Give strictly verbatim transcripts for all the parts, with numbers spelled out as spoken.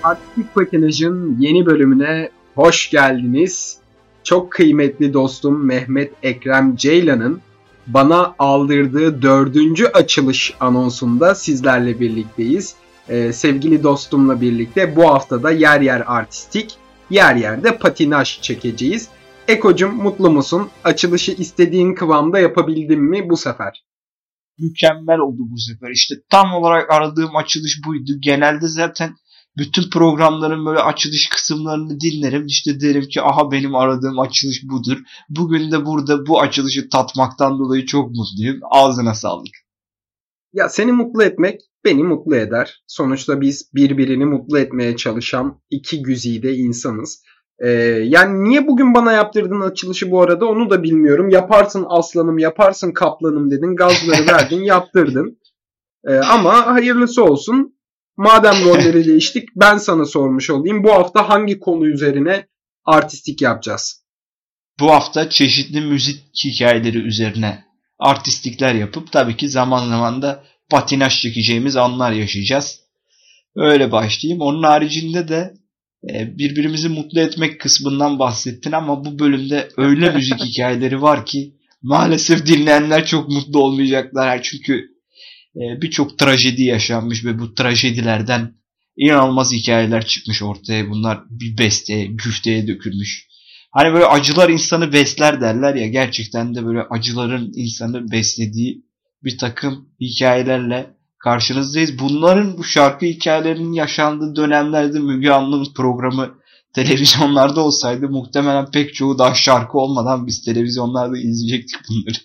Artistik Patinaj'ın yeni bölümüne hoş geldiniz. Çok kıymetli dostum Mehmet Ekrem Ceylan'ın bana aldırdığı dördüncü açılış anonsunda sizlerle birlikteyiz. Ee, sevgili dostumla birlikte bu haftada yer yer artistik, yer yer de patinaj çekeceğiz. Eko'cum mutlu musun? Açılışı istediğin kıvamda yapabildim mi bu sefer? Mükemmel oldu bu sefer. İşte tam olarak aradığım açılış buydu. Genelde zaten bütün programların böyle açılış kısımlarını dinlerim. İşte derim ki aha benim aradığım açılış budur. Bugün de burada bu açılışı tatmaktan dolayı çok mutluyum. Ağzına sağlık. Ya seni mutlu etmek beni mutlu eder. Sonuçta biz birbirini mutlu etmeye çalışan iki güzide insanız. Ee, yani niye bugün bana yaptırdın açılışı bu arada onu da bilmiyorum. Yaparsın aslanım, yaparsın kaplanım dedin. Gazları verdin, yaptırdın. Ee, ama hayırlısı olsun. Madem rolleri değiştik ben sana sormuş olayım. Bu hafta hangi konu üzerine artistik yapacağız? Bu hafta çeşitli müzik hikayeleri üzerine artistikler yapıp tabii ki zaman zaman da patinaj çekeceğimiz anlar yaşayacağız. Öyle başlayayım. Onun haricinde de birbirimizi mutlu etmek kısmından bahsettin ama bu bölümde öyle müzik hikayeleri var ki maalesef dinleyenler çok mutlu olmayacaklar. Çünkü birçok trajedi yaşanmış ve bu trajedilerden inanılmaz hikayeler çıkmış ortaya. Bunlar bir besteye, güfteye dökülmüş. Hani böyle acılar insanı besler derler ya, gerçekten de böyle acıların insanı beslediği bir takım hikayelerle karşınızdayız. Bunların, bu şarkı hikayelerinin yaşandığı dönemlerde Müge Anlı'nın programı televizyonlarda olsaydı muhtemelen pek çoğu daha şarkı olmadan biz televizyonlarda izleyecektik bunları.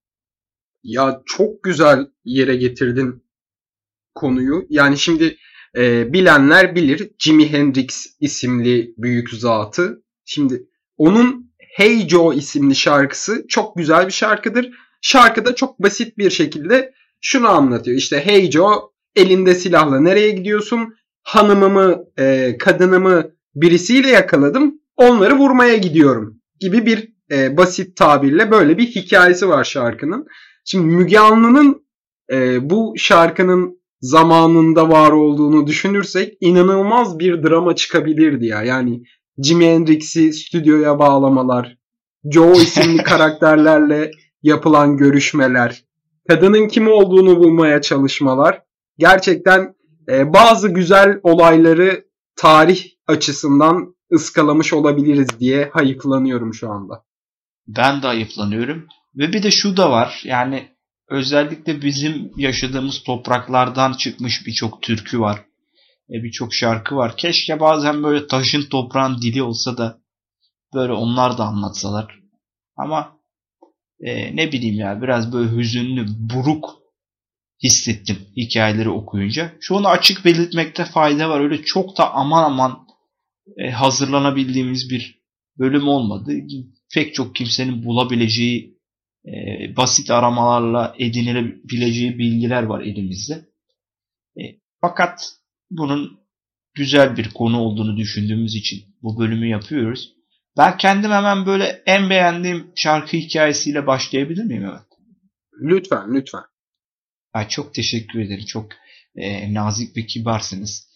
Ya çok güzel yere getirdin konuyu. Yani şimdi e, bilenler bilir Jimi Hendrix isimli büyük zatı. Şimdi onun Hey Joe isimli şarkısı çok güzel bir şarkıdır. Şarkıda çok basit bir şekilde şunu anlatıyor. İşte Hey Joe, elinde silahla nereye gidiyorsun? Hanımımı, e, kadınımı birisiyle yakaladım. Onları vurmaya gidiyorum gibi bir e, basit tabirle böyle bir hikayesi var şarkının. Şimdi Müge Anlı'nın e, bu şarkının zamanında var olduğunu düşünürsek inanılmaz bir drama çıkabilirdi ya. Yani Jimi Hendrix'i stüdyoya bağlamalar, Joe isimli karakterlerle yapılan görüşmeler, kadının kim olduğunu bulmaya çalışmalar. Gerçekten e, bazı güzel olayları tarih açısından ıskalamış olabiliriz diye hayıflanıyorum şu anda. Ben de hayıflanıyorum. Ve bir de şu da var. Yani özellikle bizim yaşadığımız topraklardan çıkmış birçok türkü var. E, birçok şarkı var. Keşke bazen böyle taşın toprağın dili olsa da böyle onlar da anlatsalar. Ama e, ne bileyim ya, biraz böyle hüzünlü, buruk hissettim hikayeleri okuyunca. Şunu açık belirtmekte fayda var. Öyle çok da aman aman e, hazırlanabildiğimiz bir bölüm olmadı. Pek çok kimsenin bulabileceği e, basit aramalarla edinilebileceği bilgiler var elimizde. E, fakat bunun güzel bir konu olduğunu düşündüğümüz için bu bölümü yapıyoruz. Ben kendim hemen böyle en beğendiğim şarkı hikayesiyle başlayabilir miyim? Evet. Lütfen, lütfen. Ay, çok teşekkür ederim. Çok e, nazik ve kibarsınız.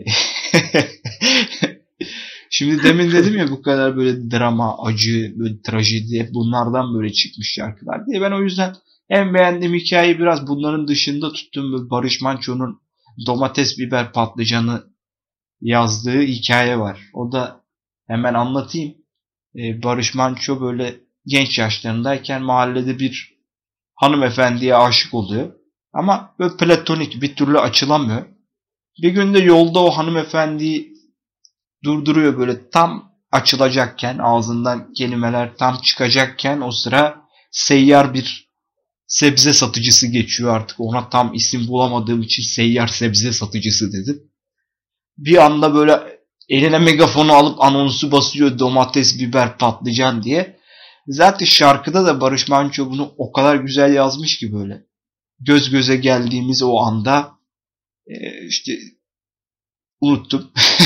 Şimdi demin dedim ya bu kadar böyle drama, acı, böyle trajedi hep bunlardan böyle çıkmış şarkılar diye. Ben o yüzden en beğendiğim hikayeyi biraz bunların dışında tuttum. Böyle Barış Manço'nun Domates, Biber, Patlıcanı yazdığı hikaye var. O da hemen anlatayım. Ee, Barış Manço böyle genç yaşlarındayken mahallede bir hanımefendiye aşık oluyor. Ama böyle platonik, bir türlü açılamıyor. Bir gün de yolda o hanımefendiyi durduruyor, böyle tam açılacakken, ağzından kelimeler tam çıkacakken o sıra seyyar bir sebze satıcısı geçiyor. Artık ona tam isim bulamadığım için seyyar sebze satıcısı dedim. Bir anda böyle eline megafonu alıp anonsu basıyor, domates, biber, patlıcan diye. Zaten şarkıda da Barış Manço bunu o kadar güzel yazmış ki böyle. Göz göze geldiğimiz o anda e, işte unuttum.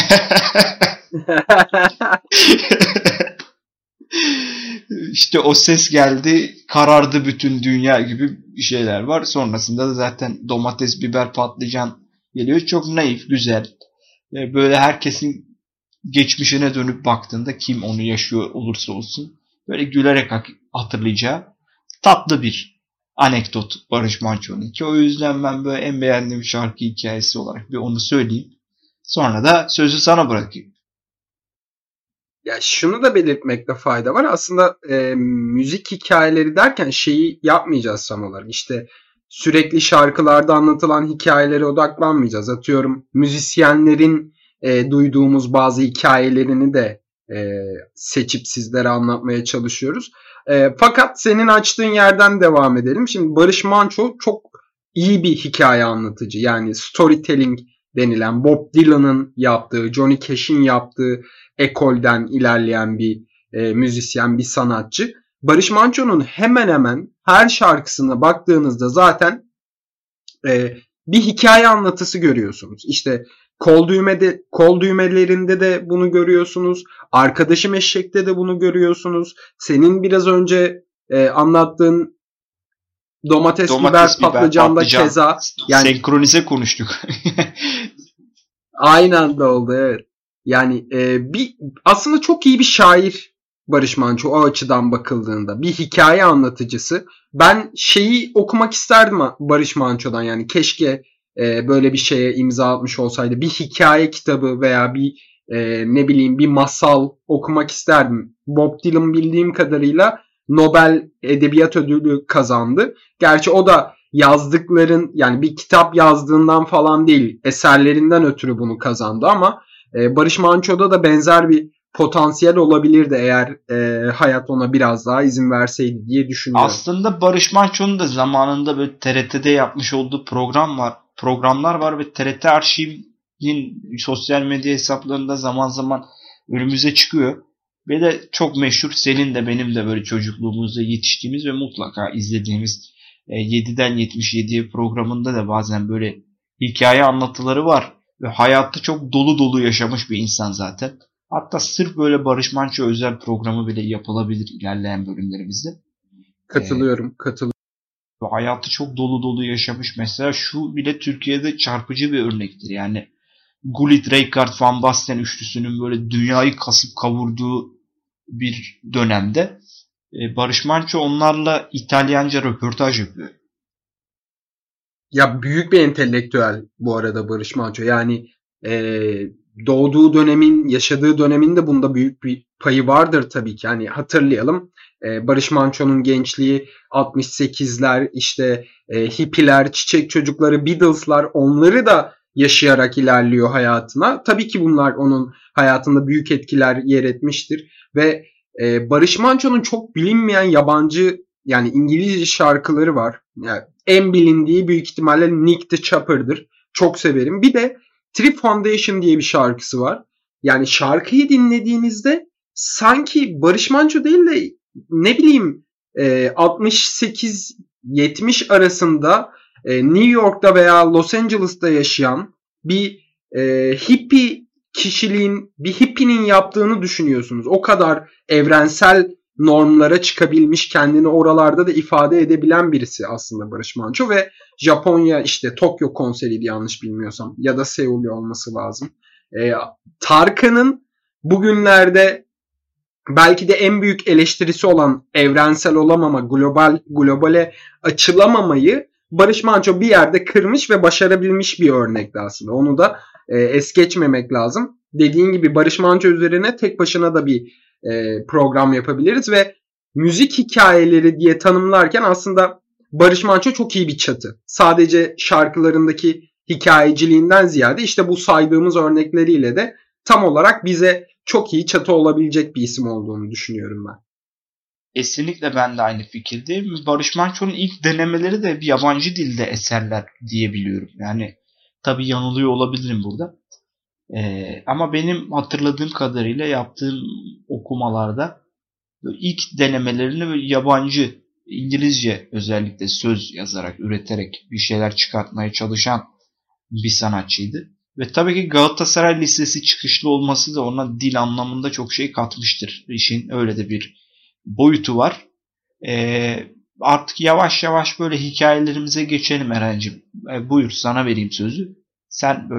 İşte o ses geldi, karardı bütün dünya gibi şeyler var. Sonrasında da zaten domates, biber, patlıcan geliyor. Çok naif, güzel. E, böyle herkesin geçmişine dönüp baktığında kim onu yaşıyor olursa olsun böyle gülerek hatırlayacağı tatlı bir anekdot Barış Manço'nun ki o yüzden ben böyle en beğendiğim şarkı hikayesi olarak bir onu söyleyeyim. Sonra da sözü sana bırakayım. Ya şunu da belirtmekte fayda var. Aslında e, müzik hikayeleri derken şeyi yapmayacağız tam olarak. İşte sürekli şarkılarda anlatılan hikayelere odaklanmayacağız. Atıyorum müzisyenlerin e, duyduğumuz bazı hikayelerini de e, seçip sizlere anlatmaya çalışıyoruz. E, fakat senin açtığın yerden devam edelim. Şimdi Barış Manço çok iyi bir hikaye anlatıcı. Yani storytelling denilen Bob Dylan'ın yaptığı, Johnny Cash'in yaptığı ekolden ilerleyen bir e, müzisyen, bir sanatçı. Barış Manço'nun hemen hemen her şarkısına baktığınızda zaten e, bir hikaye anlatısı görüyorsunuz. İşte kol düğmede, kol düğmelerinde de bunu görüyorsunuz. Arkadaşım Eşek'te de bunu görüyorsunuz. Senin biraz önce e, anlattığın domates, domates biber, patlıcanda keza. Yani senkronize konuştuk. Aynı anda oldu, evet. Yani e, bir aslında çok iyi bir şair Barış Manço o açıdan bakıldığında. Bir hikaye anlatıcısı. Ben şeyi okumak isterdim Barış Manço'dan, yani keşke e, böyle bir şeye imza atmış olsaydı. Bir hikaye kitabı veya bir e, ne bileyim bir masal okumak isterdim. Bob Dylan bildiğim kadarıyla Nobel Edebiyat Ödülü kazandı. Gerçi o da yazdıkların, yani bir kitap yazdığından falan değil, eserlerinden ötürü bunu kazandı ama e, Barış Manço'da da benzer bir potansiyel olabilirdi eğer e, hayat ona biraz daha izin verseydi diye düşünüyorum. Aslında Barış Manço'nun da zamanında böyle T R T'de yapmış olduğu program var, programlar var ve T R T arşivinin sosyal medya hesaplarında zaman zaman önümüze çıkıyor. Ve de çok meşhur, senin de benim de böyle çocukluğumuzda yetiştiğimiz ve mutlaka izlediğimiz yediden yetmiş yediye programında da bazen böyle hikaye anlatıları var. Ve hayatı çok dolu dolu yaşamış bir insan zaten. Hatta sırf böyle Barış Manço özel programı bile yapılabilir ilerleyen bölümlerimizde. Katılıyorum, ee, katılıyorum. Hayatı çok dolu dolu yaşamış. Mesela şu bile Türkiye'de çarpıcı bir örnektir. Yani Gullit, Rijkaard, Van Basten üçlüsünün böyle dünyayı kasıp kavurduğu bir dönemde Barış Manço onlarla İtalyanca röportaj yapıyor. Ya büyük bir entelektüel bu arada Barış Manço. Yani e, doğduğu dönemin, yaşadığı dönemin de bunda büyük bir payı vardır tabii ki. Yani hatırlayalım, e, Barış Manço'nun gençliği altmış sekizler, işte e, hippiler, çiçek çocukları, Beatles'lar, onları da yaşayarak ilerliyor hayatına. Tabii ki bunlar onun hayatında büyük etkiler yer etmiştir ve e, Barış Manço'nun çok bilinmeyen yabancı, yani İngilizce şarkıları var. Yani en bilindiği büyük ihtimalle Nick the Chopper'dır. Çok severim. Bir de Trip Foundation diye bir şarkısı var. Yani şarkıyı dinlediğinizde sanki Barış Manço değil de ne bileyim altmış sekiz yetmiş arasında New York'ta veya Los Angeles'ta yaşayan bir hippie kişiliğin, bir hippie'nin yaptığını düşünüyorsunuz. O kadar evrensel normlara çıkabilmiş, kendini oralarda da ifade edebilen birisi aslında Barış Manço ve Japonya, işte Tokyo konseriydi yanlış bilmiyorsam, ya da Seul olması lazım. Ee, Tarkan'ın bugünlerde belki de en büyük eleştirisi olan evrensel olamama, global globale açılamamayı Barış Manço bir yerde kırmış ve başarabilmiş bir örnekti aslında. Onu da e, es geçmemek lazım. Dediğin gibi Barış Manço üzerine tek başına da bir e, program yapabiliriz ve müzik hikayeleri diye tanımlarken aslında Barış Manço çok iyi bir çatı. Sadece şarkılarındaki hikayeciliğinden ziyade işte bu saydığımız örnekleriyle de tam olarak bize çok iyi çatı olabilecek bir isim olduğunu düşünüyorum ben. Kesinlikle ben de aynı fikirdeyim. Barış Manço'nun ilk denemeleri de bir yabancı dilde eserler diyebiliyorum. Yani tabii yanılıyor olabilirim burada. Ee, ama benim hatırladığım kadarıyla yaptığım okumalarda ilk denemelerini yabancı, İngilizce özellikle söz yazarak, üreterek bir şeyler çıkartmaya çalışan bir sanatçıydı. Ve tabii ki Galatasaray Lisesi çıkışlı olması da ona dil anlamında çok şey katmıştır. İşin öyle de bir boyutu var. Ee, artık yavaş yavaş böyle hikayelerimize geçelim Eren'cim. Ee, buyur, sana vereyim sözü. Sen böyle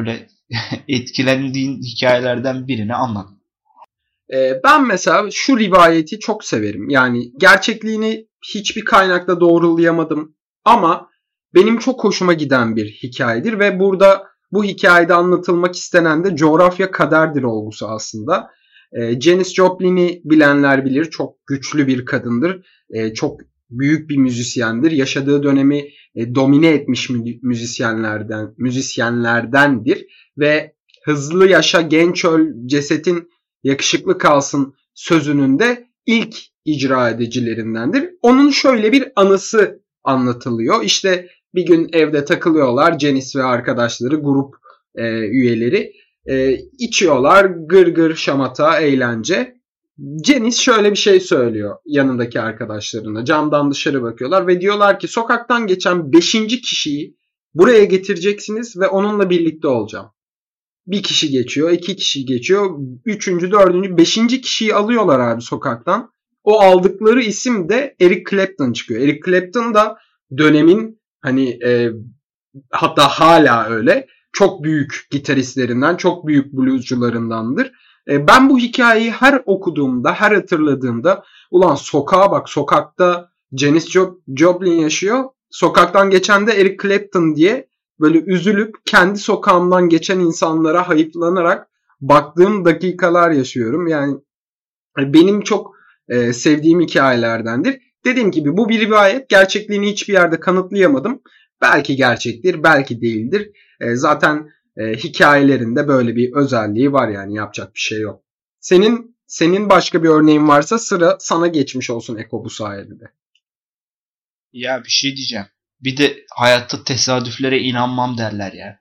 etkilendiğin hikayelerden birini anlat. Ee, ben mesela şu rivayeti çok severim. Yani gerçekliğini hiçbir kaynakla doğrulayamadım ama benim çok hoşuma giden bir hikayedir ve burada bu hikayede anlatılmak istenen de coğrafya kaderdir olgusu aslında. Ee, Janis Joplin'i bilenler bilir. Çok güçlü bir kadındır. Ee, çok büyük bir müzisyendir. Yaşadığı dönemi e, domine etmiş müzisyenlerden müzisyenlerdendir ve hızlı yaşa genç öl cesetin yakışıklı kalsın sözünün de ilk icra edicilerindendir. Onun şöyle bir anısı anlatılıyor. İşte bir gün evde takılıyorlar. Janis ve arkadaşları, grup e, üyeleri. E, içiyorlar. Gır gır şamata, eğlence. Janis şöyle bir şey söylüyor yanındaki arkadaşlarına. Camdan dışarı bakıyorlar ve diyorlar ki sokaktan geçen beşinci kişiyi buraya getireceksiniz ve onunla birlikte olacağım. Bir kişi geçiyor, iki kişi geçiyor, üçüncü, dördüncü, beşinci kişiyi alıyorlar abi sokaktan. O aldıkları isim de Eric Clapton çıkıyor. Eric Clapton da dönemin hani e, hatta hala öyle çok büyük gitaristlerinden, çok büyük bluescularındandır. E, ben bu hikayeyi her okuduğumda, her hatırladığımda ulan sokağa bak, sokakta Janis Joplin yaşıyor, sokaktan geçen de Eric Clapton diye böyle üzülüp kendi sokağımdan geçen insanlara hayıflanarak baktığım dakikalar yaşıyorum. Yani benim çok e, sevdiğim hikayelerdendir. Dediğim gibi bu bir rivayet. Gerçekliğini hiçbir yerde kanıtlayamadım. Belki gerçektir, belki değildir. E, zaten e, hikayelerinde böyle bir özelliği var, yani yapacak bir şey yok. Senin senin başka bir örneğin varsa sıra sana geçmiş olsun Eko bu sayede de. Ya bir şey diyeceğim. Bir de hayatta tesadüflere inanmam derler ya.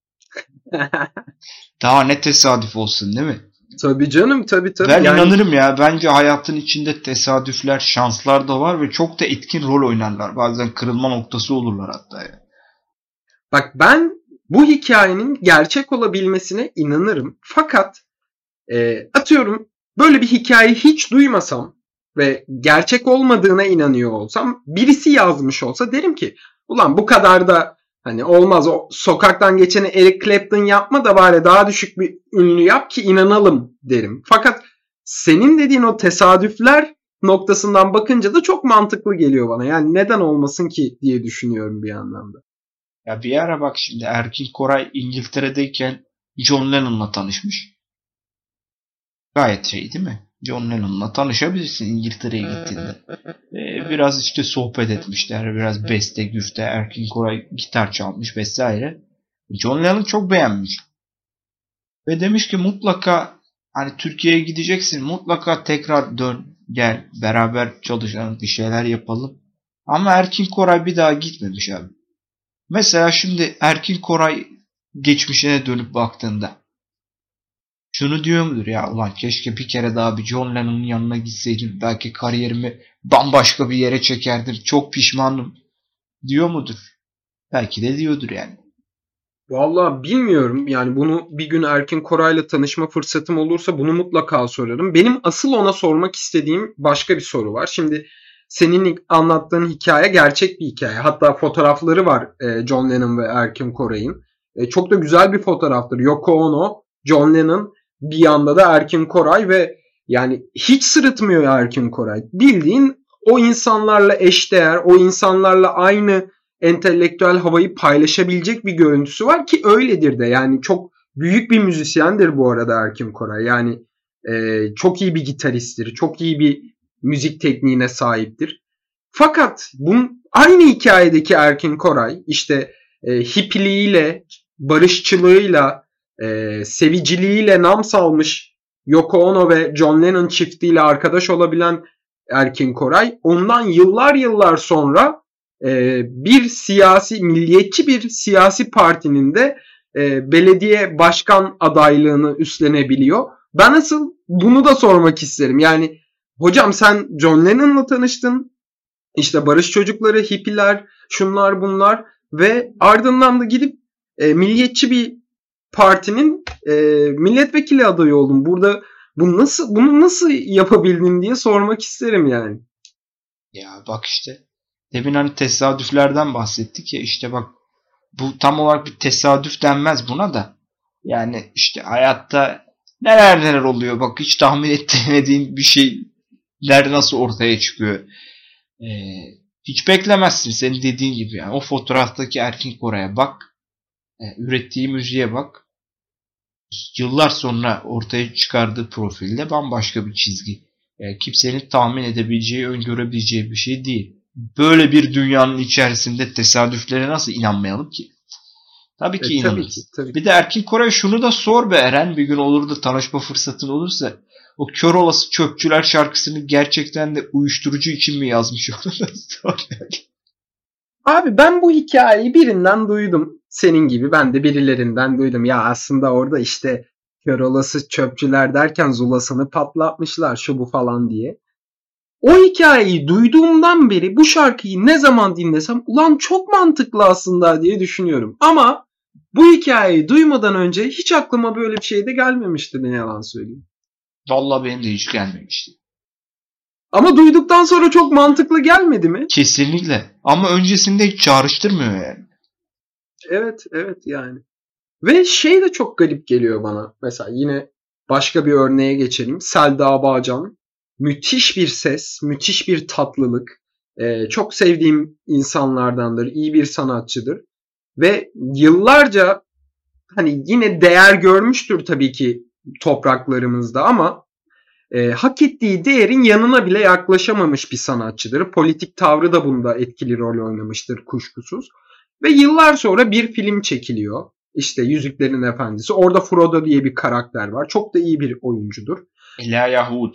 Daha ne tesadüf olsun değil mi? Tabii canım, tabii tabii. Ben yani... inanırım ya. Bence hayatın içinde tesadüfler, şanslar da var ve çok da etkin rol oynarlar. Bazen kırılma noktası olurlar hatta ya. Bak ben bu hikayenin gerçek olabilmesine inanırım. Fakat e, atıyorum böyle bir hikayeyi hiç duymasam ve gerçek olmadığına inanıyor olsam, birisi yazmış olsa derim ki ulan bu kadar da hani olmaz, o sokaktan geçeni Eric Clapton yapma da bari daha düşük bir ünlü yap ki inanalım derim. Fakat senin dediğin o tesadüfler noktasından bakınca da çok mantıklı geliyor bana. Yani neden olmasın ki diye düşünüyorum bir yandan da. Ya bir ara bak şimdi Erkin Koray İngiltere'deyken John Lennon'la tanışmış. Gayet şey değil mi? John Lennon'la tanışabilirsin İngiltere'ye gittiğinde. Ee, biraz işte sohbet etmişler. Biraz beste, güfte. Erkin Koray gitar çalmış vesaire. John Lennon çok beğenmiş. Ve demiş ki mutlaka hani Türkiye'ye gideceksin. Mutlaka tekrar dön. Gel. Beraber çalışalım. Bir şeyler yapalım. Ama Erkin Koray bir daha gitmemiş abi. Mesela şimdi Erkin Koray geçmişine dönüp baktığında şunu diyor mudur ya, ulan keşke bir kere daha bir John Lennon'un yanına gitseydim, belki kariyerimi bambaşka bir yere çekerdim, çok pişmanım diyor mudur? Belki de diyordur yani. Vallahi bilmiyorum, yani bunu bir gün Erkin Koray'la tanışma fırsatım olursa bunu mutlaka sorarım. Benim asıl ona sormak istediğim başka bir soru var. Şimdi senin anlattığın hikaye gerçek bir hikaye. Hatta fotoğrafları var John Lennon ve Erkin Koray'ın. Çok da güzel bir fotoğraftır. Yoko Ono, John Lennon, bir yanda da Erkin Koray ve yani hiç sırıtmıyor Erkin Koray. Bildiğin o insanlarla eşdeğer, o insanlarla aynı entelektüel havayı paylaşabilecek bir görüntüsü var ki öyledir de. Yani çok büyük bir müzisyendir bu arada Erkin Koray. Yani e, çok iyi bir gitaristtir, çok iyi bir müzik tekniğine sahiptir. Fakat bunun aynı hikayedeki Erkin Koray işte e, hippiliğiyle, barışçılığıyla, e, seviciliğiyle nam salmış Yoko Ono ve John Lennon çiftiyle arkadaş olabilen Erkin Koray ondan yıllar yıllar sonra e, bir siyasi, milliyetçi bir siyasi partinin de e, belediye başkan adaylığını üstlenebiliyor. Ben asıl bunu da sormak isterim. Yani hocam sen John Lennon'la tanıştın. İşte barış çocukları, hippiler, şunlar bunlar ve ardından da gidip e, milliyetçi bir partinin e, milletvekili adayı oldun. Burada bu nasıl, bunu nasıl yapabildin diye sormak isterim yani. Ya bak işte demin hani tesadüflerden bahsettik ya, işte bak bu tam olarak bir tesadüf denmez buna da. Yani işte hayatta neler neler oluyor. Bak hiç tahmin etmediğin bir şeyler nasıl ortaya çıkıyor. Ee, hiç beklemezsin senin dediğin gibi. Yani. O fotoğraftaki Erkin Koray'a bak. E, ürettiği müziğe bak. Yıllar sonra ortaya çıkardığı profilde bambaşka bir çizgi. E, kimsenin tahmin edebileceği, öngörebileceği bir şey değil. Böyle bir dünyanın içerisinde tesadüflere nasıl inanmayalım ki? Tabii ki E, tabii ki, inanırız. tabii Bir ki. de Erkin Koray şunu da sor be Eren. Bir gün olur da tanışma fırsatın olursa. O kör olası çöpçüler şarkısını gerçekten de uyuşturucu için mi yazmış onu da sor. Abi ben bu hikayeyi birinden duydum. Senin gibi ben de birilerinden duydum. Ya aslında orada işte kör olası çöpçüler derken zulasını patlatmışlar şu bu falan diye. O hikayeyi duyduğumdan beri bu şarkıyı ne zaman dinlesem ulan çok mantıklı aslında diye düşünüyorum. Ama bu hikayeyi duymadan önce hiç aklıma böyle bir şey de gelmemişti, ne yalan söyleyeyim. Vallahi benim de hiç gelmemişti. Ama duyduktan sonra çok mantıklı gelmedi mi? Kesinlikle. Ama öncesinde hiç çağrıştırmıyor yani. Evet, evet yani. Ve şey de çok garip geliyor bana. Mesela yine başka bir örneğe geçelim. Selda Bağcan. Müthiş bir ses, müthiş bir tatlılık. Ee, çok sevdiğim insanlardandır. İyi bir sanatçıdır. Ve yıllarca hani yine değer görmüştür tabii ki topraklarımızda ama e, hak ettiği değerin yanına bile yaklaşamamış bir sanatçıdır. Politik tavrı da bunda etkili rol oynamıştır kuşkusuz. Ve yıllar sonra bir film çekiliyor. İşte Yüzüklerin Efendisi. Orada Frodo diye bir karakter var. Çok da iyi bir oyuncudur. Elijah Wood.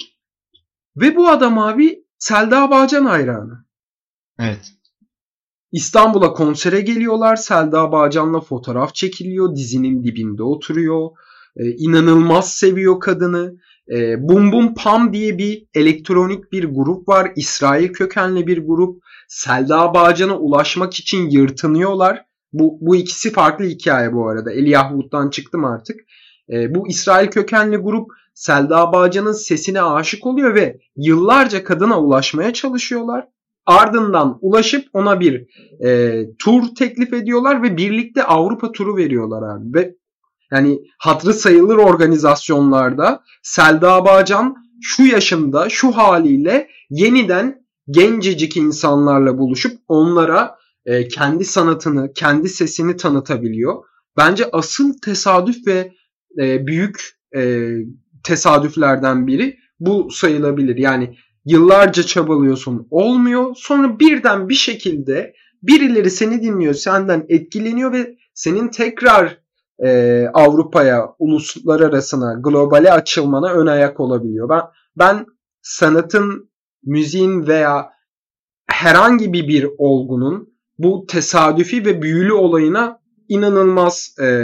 Ve bu adam abi Selda Bağcan hayranı. Evet. İstanbul'a konsere geliyorlar. Selda Bağcan'la fotoğraf çekiliyor. Dizinin dibinde oturuyor. Ee, inanılmaz seviyor kadını. Ee, Bum Bum Pam diye bir elektronik bir grup var. İsrail kökenli bir grup. Selda Bağcan'a ulaşmak için yırtınıyorlar. Bu, bu ikisi farklı hikaye bu arada. Elijah Wood'dan çıktım artık. Ee, bu İsrail kökenli grup Selda Bağcan'ın sesine aşık oluyor ve yıllarca kadına ulaşmaya çalışıyorlar. Ardından ulaşıp ona bir e, tur teklif ediyorlar ve birlikte Avrupa turu veriyorlar abi. Ve yani hatırı sayılır organizasyonlarda Selda Bağcan şu yaşında, şu haliyle yeniden gencecik insanlarla buluşup onlara e, kendi sanatını, kendi sesini tanıtabiliyor. Bence asıl tesadüf ve e, büyük e, tesadüflerden biri bu sayılabilir. Yani yıllarca çabalıyorsun, olmuyor. Sonra birden bir şekilde birileri seni dinliyor, senden etkileniyor ve senin tekrar e, Avrupa'ya, uluslararasına, globale açılmana ön ayak olabiliyor. Ben ben sanatın, müziğin veya herhangi bir bir olgunun bu tesadüfi ve büyülü olayına inanılmaz e,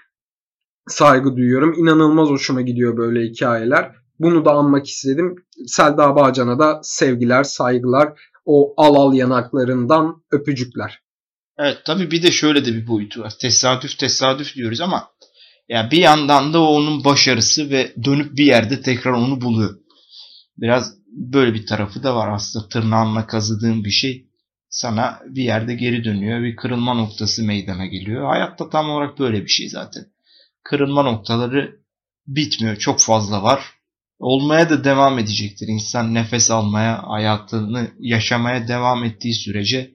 saygı duyuyorum. İnanılmaz hoşuma gidiyor böyle hikayeler. Bunu da anmak istedim. Selda Bağcan'a da sevgiler, saygılar. O al al yanaklarından öpücükler. Evet tabii bir de şöyle de bir boyutu var. Tesadüf tesadüf diyoruz ama ya bir yandan da o onun başarısı ve dönüp bir yerde tekrar onu buluyor. Biraz böyle bir tarafı da var aslında, tırnağınla kazıdığın bir şey sana bir yerde geri dönüyor. Bir kırılma noktası meydana geliyor. Hayatta tam olarak böyle bir şey zaten. Kırılma noktaları bitmiyor. Çok fazla var. Olmaya da devam edecektir. İnsan nefes almaya, hayatını yaşamaya devam ettiği sürece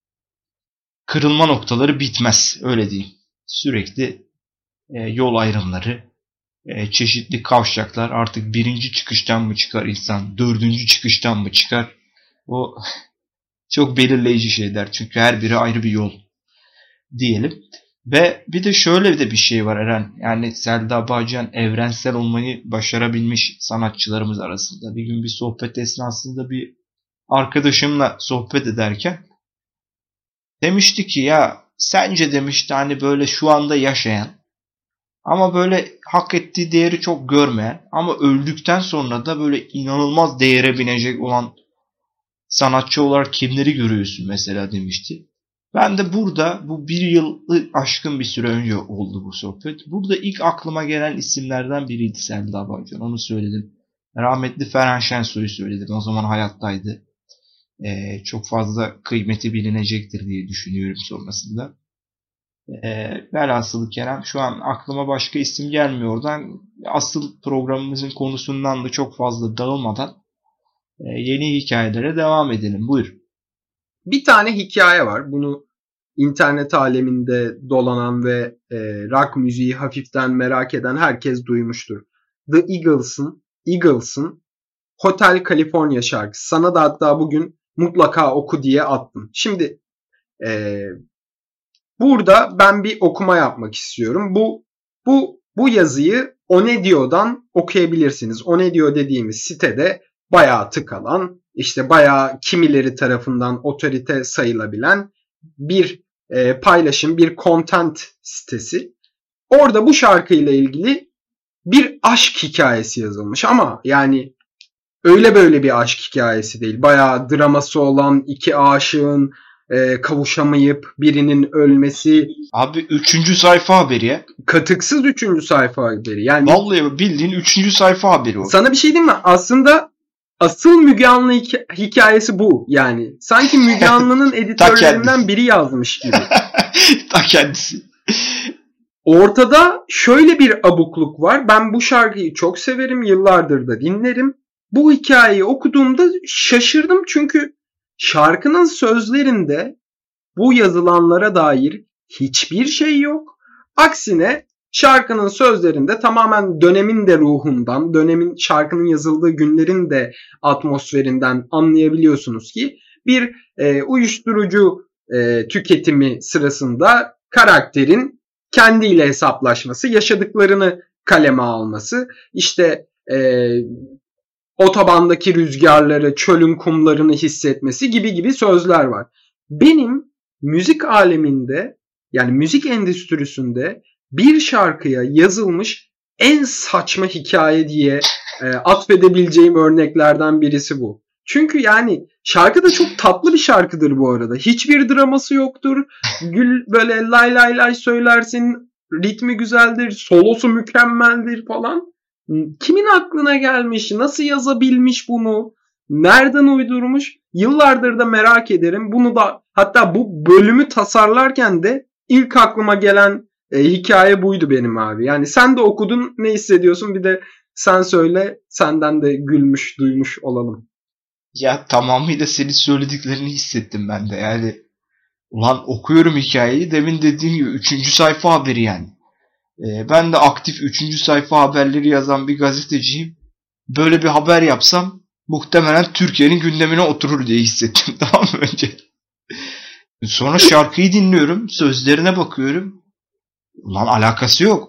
kırılma noktaları bitmez. Öyle diyeyim. Sürekli e, yol ayrımları, e, çeşitli kavşaklar, artık birinci çıkıştan mı çıkar insan, dördüncü çıkıştan mı çıkar? O çok belirleyici şeyler. Çünkü her biri ayrı bir yol diyelim. Ve bir de şöyle de bir şey var Eren. Yani Selda Bağcan evrensel olmayı başarabilmiş sanatçılarımız arasında. Bir gün bir sohbet esnasında bir arkadaşımla sohbet ederken demişti ki ya sence demişti hani böyle şu anda yaşayan ama böyle hak ettiği değeri çok görmeyen ama öldükten sonra da böyle inanılmaz değere binecek olan sanatçı olarak kimleri görüyorsun mesela demişti. Ben de burada bu bir yılı aşkın bir süre önce oldu bu sohbet. Burada ilk aklıma gelen isimlerden biriydi Selda Bağcan. Onu söyledim. Rahmetli Ferhan Şensoy'u söyledim. O zaman hayattaydı. Ee, çok fazla kıymeti bilinecektir diye düşünüyorum sonrasında. E, velhasılı Kerem, şu an aklıma başka isim gelmiyor oradan. Asıl programımızın konusundan da çok fazla dağılmadan e, yeni hikayelere devam edelim. Buyur. Bir tane hikaye var. Bunu internet aleminde dolanan ve e, rock müziği hafiften merak eden herkes duymuştur. The Eagles'ın Eagles'ın Hotel California şarkısı. Sana da hatta bugün mutlaka oku diye attım. Şimdi e, burada ben bir okuma yapmak istiyorum. Bu bu bu yazıyı Onedio'dan okuyabilirsiniz. Onedio dediğimiz sitede bayağı tık alan, işte bayağı kimileri tarafından otorite sayılabilen bir e, paylaşım, bir content sitesi. Orada bu şarkıyla ilgili bir aşk hikayesi yazılmış ama yani öyle böyle bir aşk hikayesi değil. Bayağı draması olan iki aşığın e, kavuşamayıp birinin ölmesi. Abi üçüncü sayfa haberi ya. Katıksız üçüncü sayfa haberi. Yani vallahi bildiğin üçüncü sayfa haberi o. Sana bir şey diyeyim mi? Aslında asıl Müge Anlı hikayesi bu. Yani sanki Müge Anlı'nın editörlerinden biri yazmış gibi. Ta kendisi. Ortada şöyle bir abukluk var. Ben bu şarkıyı çok severim. Yıllardır da dinlerim. Bu hikayeyi okuduğumda şaşırdım. Çünkü şarkının sözlerinde bu yazılanlara dair hiçbir şey yok. Aksine şarkının sözlerinde tamamen dönemin de ruhundan, dönemin şarkının yazıldığı günlerin de atmosferinden anlayabiliyorsunuz ki bir e, uyuşturucu e, tüketimi sırasında karakterin kendiyle hesaplaşması, yaşadıklarını kaleme alması, işte e, otobandaki rüzgarları, çölün kumlarını hissetmesi gibi gibi sözler var. Benim müzik aleminde, yani müzik endüstrisinde bir şarkıya yazılmış en saçma hikaye diye e, atfedebileceğim örneklerden birisi bu. Çünkü yani şarkı da çok tatlı bir şarkıdır bu arada. Hiçbir draması yoktur. Gül böyle lay lay lay söylersin. Ritmi güzeldir. Solosu mükemmeldir falan. Kimin aklına gelmiş? Nasıl yazabilmiş bunu? Nereden uydurmuş? Yıllardır da merak ederim. Bunu da hatta bu bölümü tasarlarken de ilk aklıma gelen e, hikaye buydu benim abi. Yani sen de okudun, ne hissediyorsun? Bir de sen söyle, senden de gülmüş, duymuş olalım. Ya tamamıyla senin söylediklerini hissettim ben de. Yani ulan okuyorum hikayeyi, demin dediğim gibi üçüncü sayfa haberi yani. Ee, ben de aktif üçüncü sayfa haberleri yazan bir gazeteciyim. Böyle bir haber yapsam muhtemelen Türkiye'nin gündemine oturur diye hissettim, tamam mı önce? Sonra şarkıyı dinliyorum, sözlerine bakıyorum. Ulan alakası yok.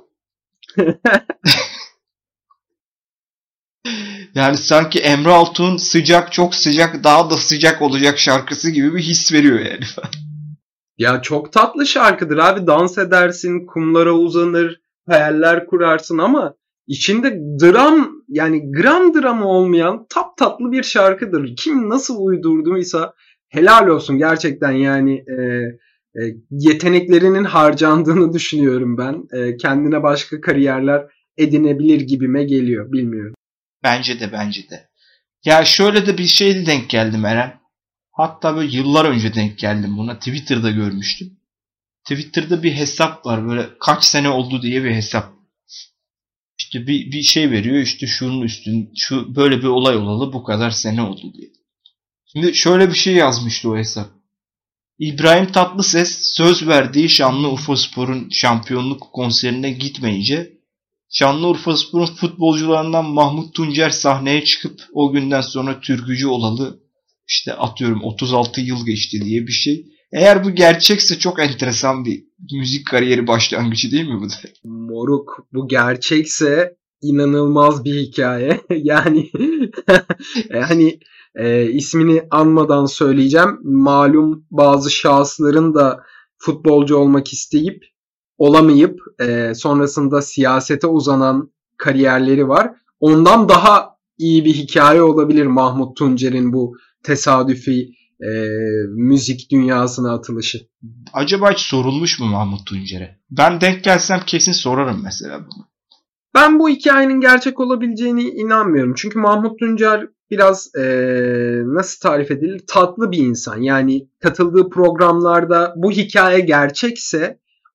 Yani sanki Emre Altuğ'un sıcak çok sıcak daha da sıcak olacak şarkısı gibi bir his veriyor yani. Ya çok tatlı şarkıdır abi. Dans edersin, kumlara uzanır, hayaller kurarsın ama içinde dram, yani gram dramı olmayan tap tatlı bir şarkıdır. Kim nasıl uydurduysa helal olsun gerçekten, yani e, e, yeteneklerinin harcandığını düşünüyorum ben. E, kendine başka kariyerler edinebilir gibime geliyor, bilmiyorum. Bence de bence de. Ya şöyle de bir şeyle denk geldim Eren. Hatta böyle yıllar önce denk geldim buna. Twitter'da görmüştüm. Twitter'da bir hesap var, böyle kaç sene oldu diye bir hesap. İşte bir, bir şey veriyor, işte şunun üstün, şu böyle bir olay olalı bu kadar sene oldu diye. Şimdi şöyle bir şey yazmıştı o hesap. İbrahim Tatlıses söz verdiği Şanlıurfaspor'un şampiyonluk konserine gitmeyince Şanlıurfaspor'un futbolcularından Mahmut Tuncer sahneye çıkıp o günden sonra türkücü olalı işte atıyorum otuz altı yıl geçti diye bir şey. Eğer bu gerçekse çok enteresan bir müzik kariyeri başlangıcı değil mi bu da? Moruk, bu gerçekse inanılmaz bir hikaye. Yani hani e, ismini anmadan söyleyeceğim. Malum bazı şahısların da futbolcu olmak isteyip olamayıp e, sonrasında siyasete uzanan kariyerleri var. Ondan daha iyi bir hikaye olabilir Mahmut Tuncer'in bu tesadüfi e, müzik dünyasına atılışı. Acaba hiç sorulmuş mu Mahmut Tuncer'e? Ben denk gelsem kesin sorarım mesela bunu. Ben bu hikayenin gerçek olabileceğine inanmıyorum. Çünkü Mahmut Tuncer biraz e, nasıl tarif edilir? Tatlı bir insan. Yani katıldığı programlarda bu hikaye gerçekse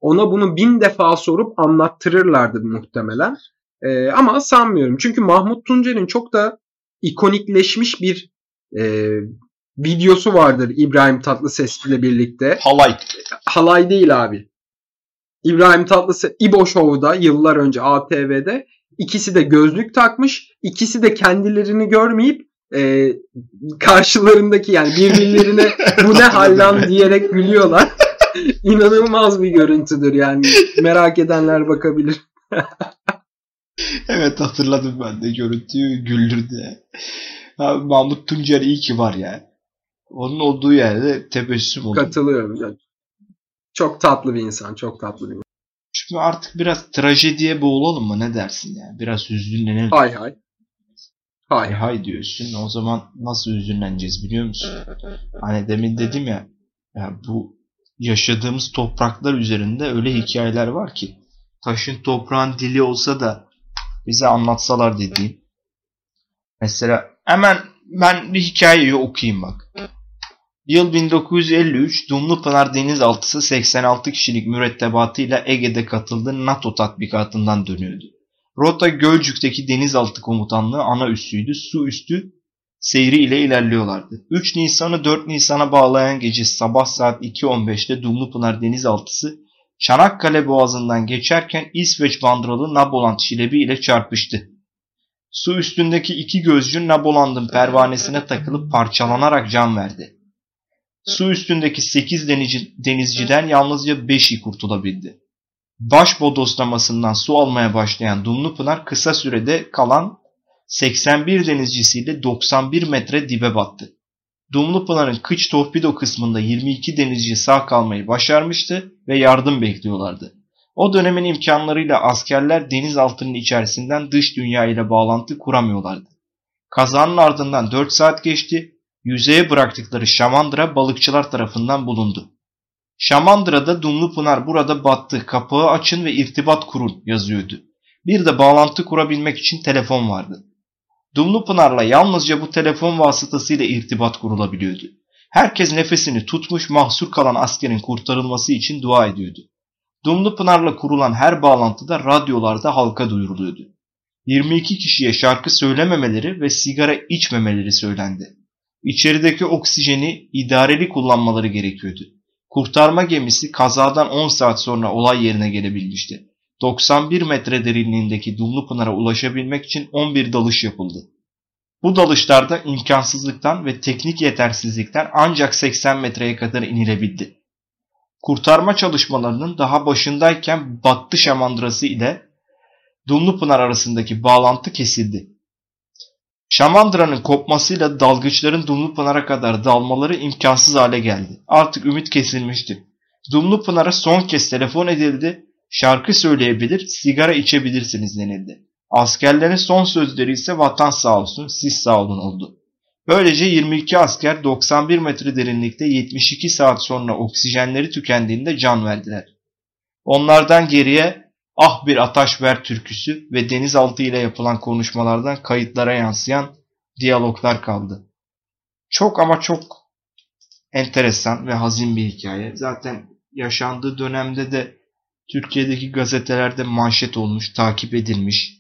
ona bunu bin defa sorup anlattırırlardı muhtemelen. Ee, ama sanmıyorum. Çünkü Mahmut Tuncer'in çok da ikonikleşmiş bir e, videosu vardır İbrahim Tatlıses ile birlikte. Halay. Halay değil abi. İbrahim Tatlıses İbo Show'da yıllar önce A T V'de ikisi de gözlük takmış. İkisi de kendilerini görmeyip e, karşılarındaki yani birbirlerine bu ne hal lan diyerek gülüyorlar. İnanılmaz bir görüntüdür yani. Merak edenler bakabilir. Evet, hatırladım ben de görüntüyü, güldürdü. Abi, Mahmut Tuncer iyi ki var ya. Onun olduğu yerde tebessüm oluyor. Katılıyorum. Çok tatlı bir insan. Çok tatlı bir insan. Şimdi artık biraz trajediye boğulalım mı? Ne dersin ya? Biraz hüzünlenelim. Hay hay. Hay hay, hay diyorsun. O zaman nasıl hüzünleneceğiz biliyor musun? Hani demin dedim ya, ya bu yaşadığımız topraklar üzerinde öyle hikayeler var ki taşın toprağın dili olsa da bize anlatsalar dediğim. Mesela hemen ben bir hikayeyi okuyayım bak. Yıl bin dokuz yüz elli üç, Dumlupınar denizaltısı seksen altı kişilik mürettebatıyla Ege'de katıldığı NATO tatbikatından dönüyordu. Rota Gölcük'teki denizaltı komutanlığı ana üssüydü. Su üstü seyri ile ilerliyorlardı. üç Nisan'ı dört Nisan'a bağlayan gece sabah saat iki on beşte Dumlupınar denizaltısı Çanakkale Boğazı'ndan geçerken İsveç bandıralı Naboland şilebi ile çarpıştı. Su üstündeki iki gözcü Naboland'ın pervanesine takılıp parçalanarak can verdi. Su üstündeki sekiz denizci, denizciden yalnızca beşi kurtulabildi. Baş bodoslamasından su almaya başlayan Dumlupınar kısa sürede kalan seksen bir denizcisiyle doksan bir metre dibe battı. Dumlupınar'ın kıç torpido kısmında yirmi iki denizci sağ kalmayı başarmıştı ve yardım bekliyorlardı. O dönemin imkanlarıyla askerler denizaltının içerisinden dış dünya ile bağlantı kuramıyorlardı. Kazanın ardından dört saat geçti. Yüzeye bıraktıkları şamandıra balıkçılar tarafından bulundu. Şamandıra'da Dumlupınar burada battı, kapağı açın ve irtibat kurun yazıyordu. Bir de bağlantı kurabilmek için telefon vardı. Dumlupınar'la yalnızca bu telefon vasıtasıyla irtibat kurulabiliyordu. Herkes nefesini tutmuş, mahsur kalan askerin kurtarılması için dua ediyordu. Dumlupınar'la kurulan her bağlantıda radyolarda halka duyuruluyordu. yirmi iki kişiye şarkı söylememeleri ve sigara içmemeleri söylendi. İçerideki oksijeni idareli kullanmaları gerekiyordu. Kurtarma gemisi kazadan on saat sonra olay yerine gelebilmişti. doksan bir metre derinliğindeki Dumlupınar'a ulaşabilmek için on bir dalış yapıldı. Bu dalışlarda imkansızlıktan ve teknik yetersizlikten ancak seksen metreye kadar inilebildi. Kurtarma çalışmalarının daha başındayken Battı Şamandırası ile Dumlupınar arasındaki bağlantı kesildi. Şamandıra'nın kopmasıyla dalgıçların Dumlupınar'a kadar dalmaları imkansız hale geldi. Artık ümit kesilmişti. Dumlupınar'a son kez telefon edildi. Şarkı söyleyebilir, sigara içebilirsiniz denildi. Askerlerin son sözleri ise vatan sağ olsun, siz sağ olun oldu. Böylece yirmi iki asker doksan bir metre derinlikte yetmiş iki saat sonra oksijenleri tükendiğinde can verdiler. Onlardan geriye Ah Bir Ataş Ver türküsü ve denizaltı ile yapılan konuşmalardan kayıtlara yansıyan diyaloglar kaldı. Çok ama çok enteresan ve hazin bir hikaye. Zaten yaşandığı dönemde de Türkiye'deki gazetelerde manşet olmuş, takip edilmiş.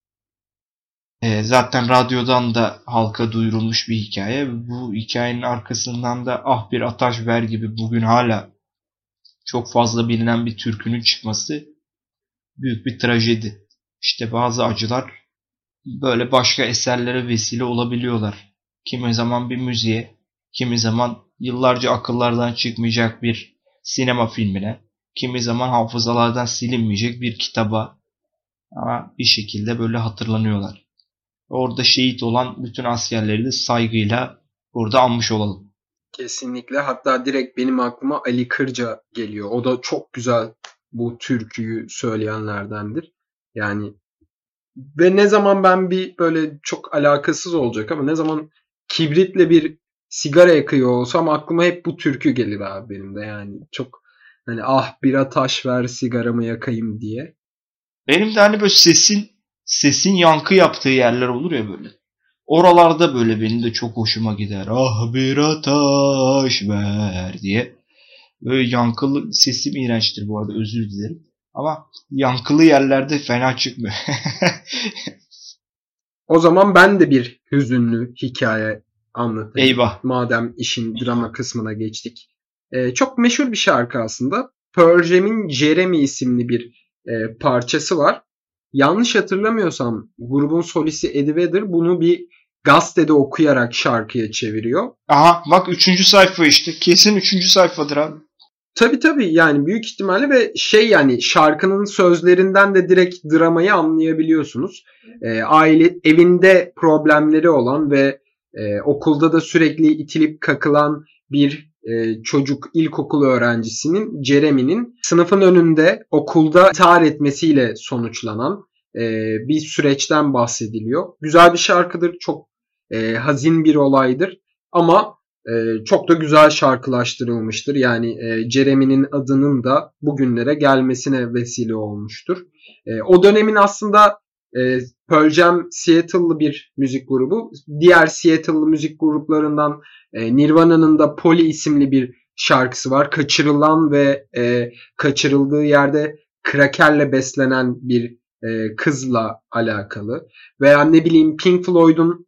E, zaten radyodan da halka duyurulmuş bir hikaye. Bu hikayenin arkasından da Ah Bir Ataş Ver gibi bugün hala çok fazla bilinen bir türkünün çıkması büyük bir trajedi. İşte bazı acılar böyle başka eserlere vesile olabiliyorlar. Kimi zaman bir müziğe, kimi zaman yıllarca akıllardan çıkmayacak bir sinema filmine, kimi zaman hafızalardan silinmeyecek bir kitaba, ama bir şekilde böyle hatırlanıyorlar. Orada şehit olan bütün askerleri de saygıyla burada anmış olalım. Kesinlikle. Hatta direkt benim aklıma Ali Kırca geliyor. O da çok güzel bu türküyü söyleyenlerdendir. Yani ve ne zaman ben bir böyle çok alakasız olacak ama ne zaman kibritle bir sigara yakıyor olsam aklıma hep bu türkü gelir abi benim de. Yani çok hani ah bira taş ver sigaramı yakayım diye. Benim de hani böyle sesin sesin yankı yaptığı yerler olur ya böyle. Oralarda böyle benim de çok hoşuma gider. Ah bir ataş ver diye. Böyle yankılı, sesim iğrençtir bu arada, özür dilerim. Ama yankılı yerlerde fena çıkmıyor. O zaman ben de bir hüzünlü hikaye anlatayım. Eyvah. Madem işin drama kısmına geçtik. Ee, çok meşhur bir şarkı aslında. Pearl Jam'in Jeremy isimli bir e, parçası var. Yanlış hatırlamıyorsam grubun solisti Eddie Vedder bunu bir gazetede okuyarak şarkıya çeviriyor. Aha bak üçüncü sayfa işte. Kesin üçüncü sayfadır abi. Tabii tabii yani büyük ihtimalle ve şey yani şarkının sözlerinden de direkt dramayı anlayabiliyorsunuz. E, aile evinde problemleri olan ve e, okulda da sürekli itilip kakılan bir e, çocuk ilkokul öğrencisinin Jeremy'nin sınıfın önünde okulda intihar etmesiyle sonuçlanan e, bir süreçten bahsediliyor. Güzel bir şarkıdır, çok e, hazin bir olaydır ama Ee, çok da güzel şarkılaştırılmıştır. Yani e, Jeremy'nin adının da bugünlere gelmesine vesile olmuştur. E, o dönemin aslında e, Pearl Jam Seattle'lı bir müzik grubu. Diğer Seattle'lı müzik gruplarından e, Nirvana'nın da Polly isimli bir şarkısı var. Kaçırılan ve e, kaçırıldığı yerde krakerle beslenen bir e, kızla alakalı. Veya ne bileyim Pink Floyd'un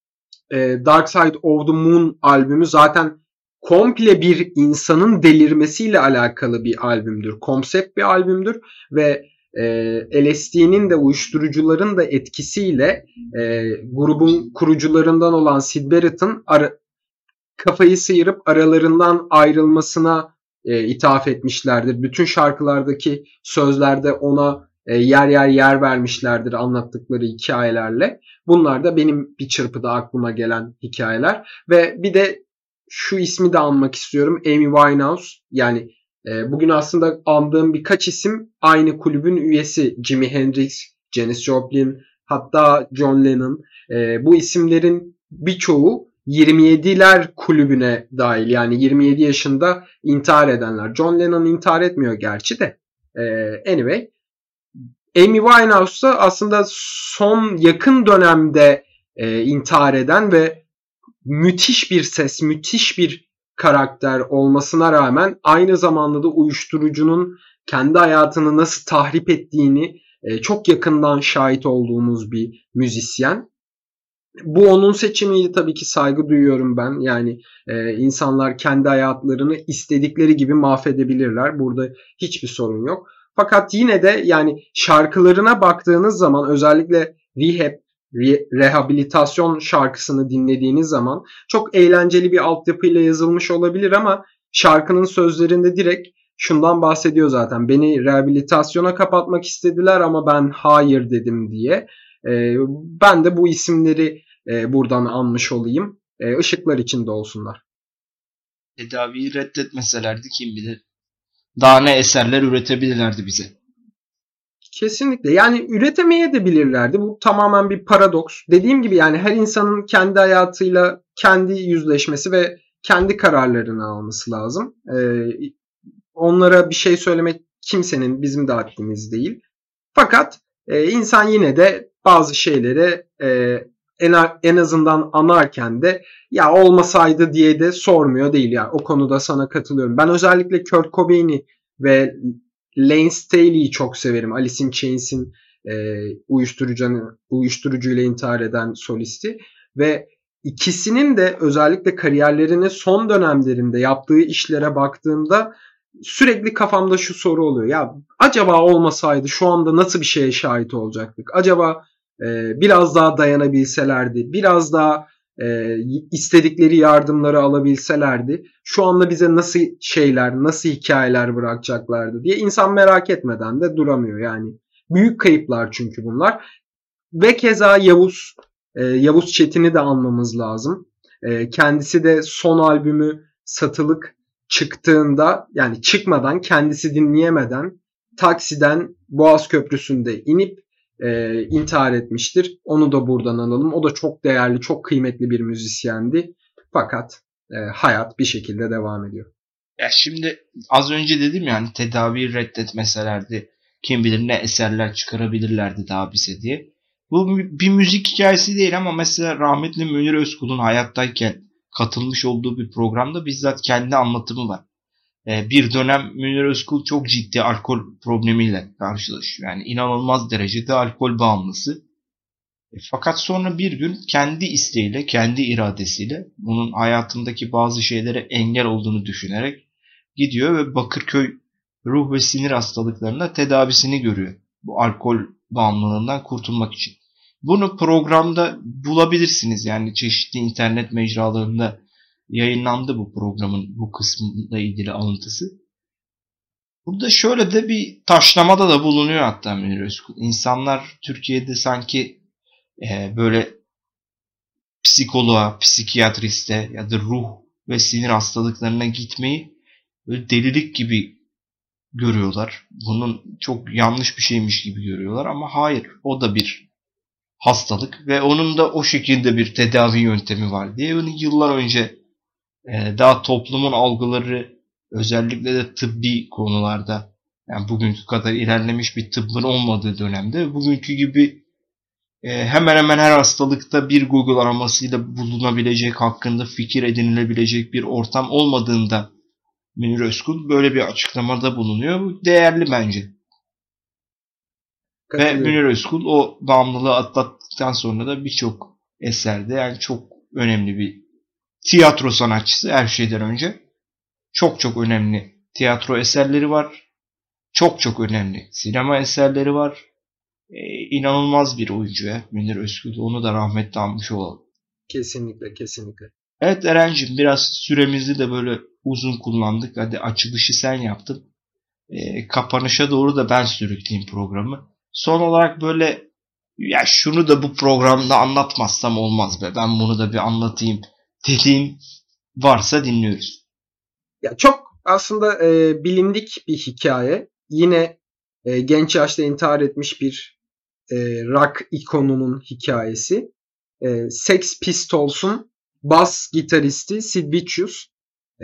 Dark Side of the Moon albümü zaten komple bir insanın delirmesiyle alakalı bir albümdür. Konsept bir albümdür ve e, L S D'nin de uyuşturucuların da etkisiyle e, grubun kurucularından olan Syd Barrett'ın ara, kafayı sıyırıp aralarından ayrılmasına e, ithaf etmişlerdir. Bütün şarkılardaki sözlerde ona e, yer yer yer vermişlerdir anlattıkları hikayelerle. Bunlar da benim bir çırpıda aklıma gelen hikayeler. Ve bir de şu ismi de anmak istiyorum. Amy Winehouse. Yani e, bugün aslında andığım birkaç isim aynı kulübün üyesi. Jimi Hendrix, Janis Joplin, hatta John Lennon. E, bu isimlerin birçoğu yirmi yediler kulübüne dahil. Yani yirmi yedi yaşında intihar edenler. John Lennon intihar etmiyor gerçi de. E, anyway. Amy Winehouse da aslında son yakın dönemde e, intihar eden ve müthiş bir ses, müthiş bir karakter olmasına rağmen aynı zamanda da uyuşturucunun kendi hayatını nasıl tahrip ettiğini e, çok yakından şahit olduğumuz bir müzisyen. Bu onun seçimiydi, tabii ki saygı duyuyorum ben. Yani e, insanlar kendi hayatlarını istedikleri gibi mahvedebilirler. Burada hiçbir sorun yok. Fakat yine de yani şarkılarına baktığınız zaman özellikle Rehab, re, rehabilitasyon şarkısını dinlediğiniz zaman çok eğlenceli bir altyapıyla yazılmış olabilir ama şarkının sözlerinde direkt şundan bahsediyor zaten. Beni rehabilitasyona kapatmak istediler ama ben hayır dedim diye. Ee, ben de bu isimleri e, buradan anmış olayım. E, ışıklar içinde olsunlar. Tedaviyi reddetmeselerdi kim bilir daha ne eserler üretebilirlerdi bize. Kesinlikle. Yani üretemeye de bilirlerdi. Bu tamamen bir paradoks. Dediğim gibi yani her insanın kendi hayatıyla kendi yüzleşmesi ve kendi kararlarını alması lazım. Ee, onlara bir şey söylemek kimsenin, bizim de haddimiz değil. Fakat e, insan yine de bazı şeyleri e, en, en azından anarken de ya olmasaydı diye de sormuyor değil. Yani o konuda sana katılıyorum. Ben özellikle Kurt Cobain'i ve Lane Staley'i çok severim. Alice in Chains'in e, uyuşturucuyla intihar eden solisti ve ikisinin de özellikle kariyerlerinin son dönemlerinde yaptığı işlere baktığımda sürekli kafamda şu soru oluyor. Ya acaba olmasaydı şu anda nasıl bir şeye şahit olacaktık? Acaba e, biraz daha dayanabilselerdi, biraz daha e, istedikleri yardımları alabilselerdi, şu anda bize nasıl şeyler, nasıl hikayeler bırakacaklardı diye insan merak etmeden de duramıyor. Yani büyük kayıplar çünkü bunlar. Ve keza Yavuz, e, Yavuz Çetin'i de anmamız lazım. E, kendisi de son albümü Satılık çıktığında, yani çıkmadan, kendisi dinleyemeden taksiden Boğaz Köprüsü'nde inip e, intihar etmiştir. Onu da buradan analım. O da çok değerli, çok kıymetli bir müzisyendi. Fakat e, hayat bir şekilde devam ediyor. Ya şimdi az önce dedim yani tedaviyi reddetmeselerdi kim bilir ne eserler çıkarabilirlerdi daha bize diye. Bu bir müzik hikayesi değil ama mesela rahmetli Münir Özkul'un hayattayken katılmış olduğu bir programda bizzat kendi anlatımı var. E, bir dönem Münir Özkul çok ciddi alkol problemiyle karşılaşıyor. Yani inanılmaz derecede alkol bağımlısı. E, fakat sonra bir gün kendi isteğiyle, kendi iradesiyle bunun hayatındaki bazı şeylere engel olduğunu düşünerek gidiyor ve Bakırköy ruh ve sinir hastalıklarında tedavisini görüyor. Bu alkol bağımlılığından kurtulmak için. Bunu programda bulabilirsiniz. Yani çeşitli internet mecralarında yayınlandı bu programın bu kısmıyla ilgili alıntısı. Burada şöyle de bir taşlamada da bulunuyor hatta Münir Özkul. İnsanlar Türkiye'de sanki e, böyle psikoloğa, psikiyatriste ya da ruh ve sinir hastalıklarına gitmeyi böyle delilik gibi görüyorlar. Bunun çok yanlış bir şeymiş gibi görüyorlar ama hayır, o da bir hastalık ve onun da o şekilde bir tedavi yöntemi var diye onu yıllar önce e, daha toplumun algıları özellikle de tıbbi konularda, yani bugünkü kadar ilerlemiş bir tıbbın olmadığı dönemde bugünkü gibi e, hemen hemen her hastalıkta bir Google aramasıyla bulunabilecek, hakkında fikir edinilebilecek bir ortam olmadığında Münir Özkul böyle bir açıklamada bulunuyor. Bu değerli bence. Ve Münir Özkul o bağımlılığı atlattıktan sonra da birçok eserde, yani çok önemli bir tiyatro sanatçısı her şeyden önce. Çok çok önemli tiyatro eserleri var. Çok çok önemli sinema eserleri var. Ee, inanılmaz bir oyuncu ya Münir Özkul. Onu da rahmetle anmış olalım. Kesinlikle, kesinlikle. Evet Eren'cim, biraz süremizi de böyle uzun kullandık. Hadi açılışı sen yaptın. Ee, kapanışa doğru da ben sürükleyeyim programı. Son olarak böyle, ya şunu da bu programda anlatmazsam olmaz be, ben bunu da bir anlatayım dediğin varsa dinliyoruz. Ya çok aslında e, bilindik bir hikaye. Yine e, genç yaşta intihar etmiş bir e, rock ikonunun hikayesi. E, Sex Pistols'un bas gitaristi Sid Vicious e,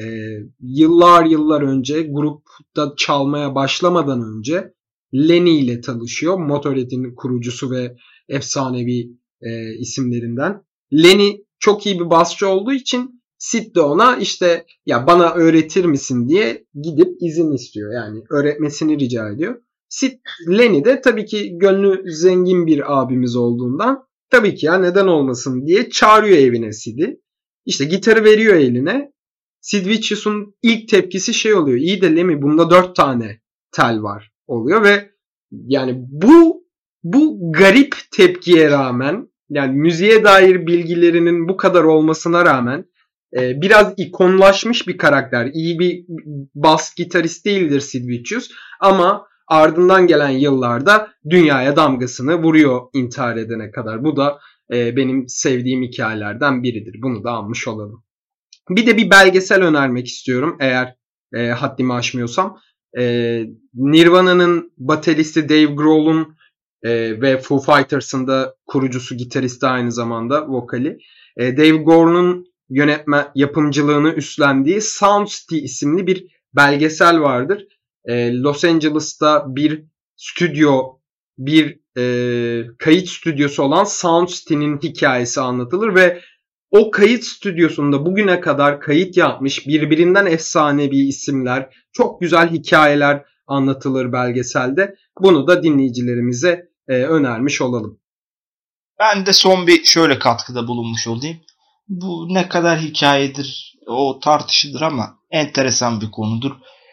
yıllar yıllar önce grupta çalmaya başlamadan önce Lenny ile tanışıyor. Motorhead'in kurucusu ve efsanevi e, isimlerinden. Lenny çok iyi bir basçı olduğu için Sid de ona işte ya bana öğretir misin diye gidip izin istiyor. Yani öğretmesini rica ediyor. Sid, Lenny de tabii ki gönlü zengin bir abimiz olduğundan tabii ki ya neden olmasın diye çağırıyor evine Sid'i. İşte gitarı veriyor eline. Sid Vicious'un ilk tepkisi şey oluyor. İyi de Lemmy bunda dört tane tel var oluyor ve yani bu bu garip tepkiye rağmen, yani müziğe dair bilgilerinin bu kadar olmasına rağmen e, biraz ikonlaşmış bir karakter. İyi bir bas gitarist değildir Sid Vicious ama ardından gelen yıllarda dünyaya damgasını vuruyor intihar edene kadar. Bu da e, benim sevdiğim hikayelerden biridir. Bunu da anmış olalım. Bir de bir belgesel önermek istiyorum eğer e, haddimi aşmıyorsam. E, Nirvana'nın bateristi Dave Grohl'un e, ve Foo Fighters'ın da kurucusu, gitaristi aynı zamanda vokali. E, Dave Grohl'un yönetme yapımcılığını üstlendiği Sound City isimli bir belgesel vardır. E, Los Angeles'ta bir stüdyo, bir e, kayıt stüdyosu olan Sound City'nin hikayesi anlatılır ve o kayıt stüdyosunda bugüne kadar kayıt yapmış birbirinden efsanevi isimler, çok güzel hikayeler anlatılır belgeselde. Bunu da dinleyicilerimize e, önermiş olalım. Ben de son bir şöyle katkıda bulunmuş olayım. Bu ne kadar hikayedir o tartışılır ama enteresan bir konudur.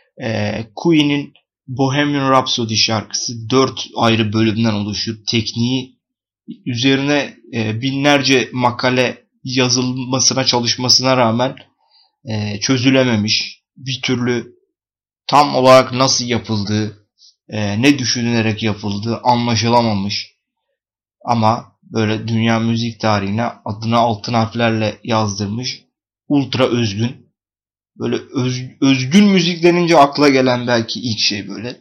Ee, Queen'in Bohemian Rhapsody şarkısı dört ayrı bölümden oluşur. Tekniği üzerine e, binlerce makale yazılmasına çalışmasına rağmen e, çözülememiş. Bir türlü tam olarak nasıl yapıldığı, e, ne düşünülerek yapıldığı anlaşılamamış. Ama böyle dünya müzik tarihine adını altın harflerle yazdırmış. Ultra özgün. Böyle öz, özgün müzik denince akla gelen belki ilk şey böyle.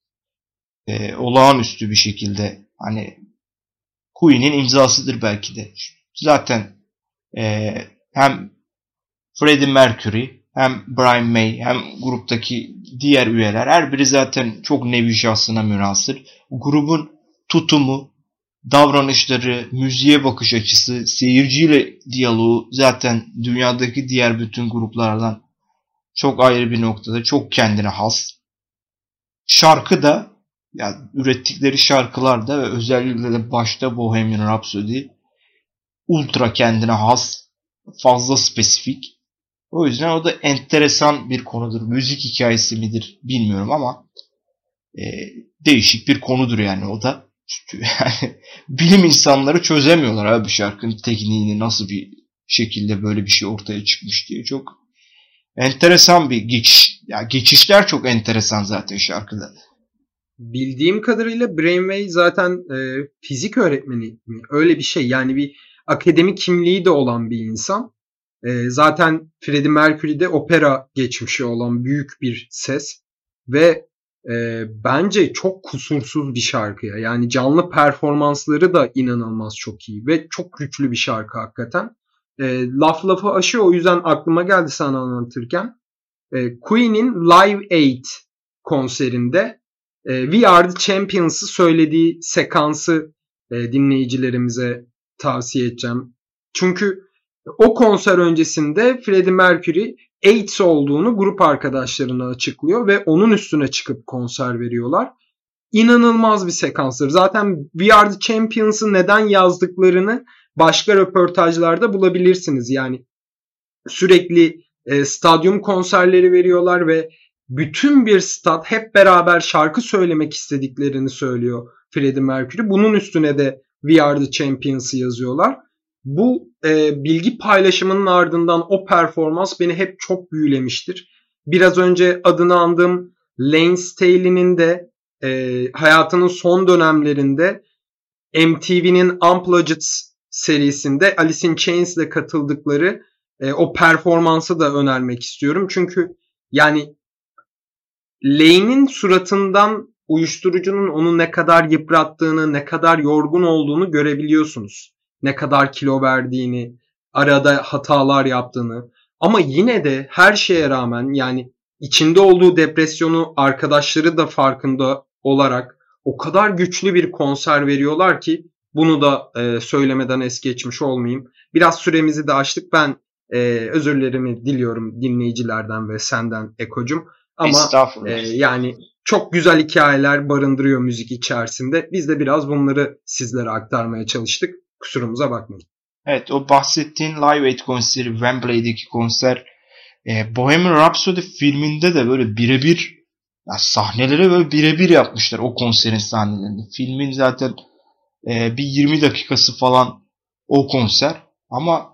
E, olağanüstü bir şekilde hani Queen'in imzasıdır belki de. Zaten e, hem Freddie Mercury hem Brian May hem gruptaki diğer üyeler her biri zaten çok nevi şahsına münhasır. Grubun tutumu, davranışları, müziğe bakış açısı, seyirciyle diyaloğu zaten dünyadaki diğer bütün gruplardan Çok ayrı bir noktada. Çok kendine has. Şarkı da, yani ürettikleri şarkılar da ve özellikle de başta Bohemian Rhapsody ultra kendine has. Fazla spesifik. O yüzden o da enteresan bir konudur. Müzik hikayesi midir bilmiyorum ama e, değişik bir konudur yani o da. Çünkü yani bilim insanları çözemiyorlar abi şarkının tekniğini, nasıl bir şekilde böyle bir şey ortaya çıkmış diye. Çok enteresan bir geçiş. Ya geçişler çok enteresan zaten şarkıda. Bildiğim kadarıyla Brainway zaten e, fizik öğretmeni mi? Öyle bir şey. Yani bir akademik kimliği de olan bir insan. E, zaten Freddie Mercury'de opera geçmişi olan büyük bir ses ve e, bence çok kusursuz bir şarkıya. Yani canlı performansları da inanılmaz çok iyi ve çok güçlü bir şarkı hakikaten. E, laf lafı aşıyor, o yüzden aklıma geldi sana anlatırken. E, Queen'in Live Aid konserinde e, We Are The Champions'ı söylediği sekansı e, dinleyicilerimize tavsiye edeceğim. Çünkü o konser öncesinde Freddie Mercury AIDS olduğunu grup arkadaşlarına açıklıyor ve onun üstüne çıkıp konser veriyorlar. İnanılmaz bir sekanstır. Zaten We Are The Champions'ı neden yazdıklarını başka röportajlarda bulabilirsiniz. Yani sürekli e, stadyum konserleri veriyorlar ve bütün bir stat hep beraber şarkı söylemek istediklerini söylüyor Freddie Mercury. Bunun üstüne de We Are The Champions'ı yazıyorlar. Bu e, bilgi paylaşımının ardından o performans beni hep çok büyülemiştir. Biraz önce adını andığım Layne Staley'nin de e, hayatının son dönemlerinde M T V'nin Unplugged serisinde Alice in Chains ile katıldıkları e, o performansı da önermek istiyorum. Çünkü yani Layne'in suratından uyuşturucunun onu ne kadar yıprattığını, ne kadar yorgun olduğunu görebiliyorsunuz. Ne kadar kilo verdiğini, arada hatalar yaptığını. Ama yine de her şeye rağmen, yani içinde olduğu depresyonu arkadaşları da farkında olarak o kadar güçlü bir konser veriyorlar ki bunu da e, söylemeden es geçmiş olmayayım. Biraz süremizi de aştık. Ben e, özürlerimi diliyorum dinleyicilerden ve senden Eko'cum. Ama e, yani çok güzel hikayeler barındırıyor müzik içerisinde. Biz de biraz bunları sizlere aktarmaya çalıştık. Kusurumuza bakmayın. Evet, o bahsettiğin Live Aid konseri, Wembley'deki konser, e, Bohemian Rhapsody filminde de böyle birebir, ya sahneleri böyle birebir yapmışlar o konserin sahnelerini. Filmin zaten e, bir yirmi dakikası falan o konser ama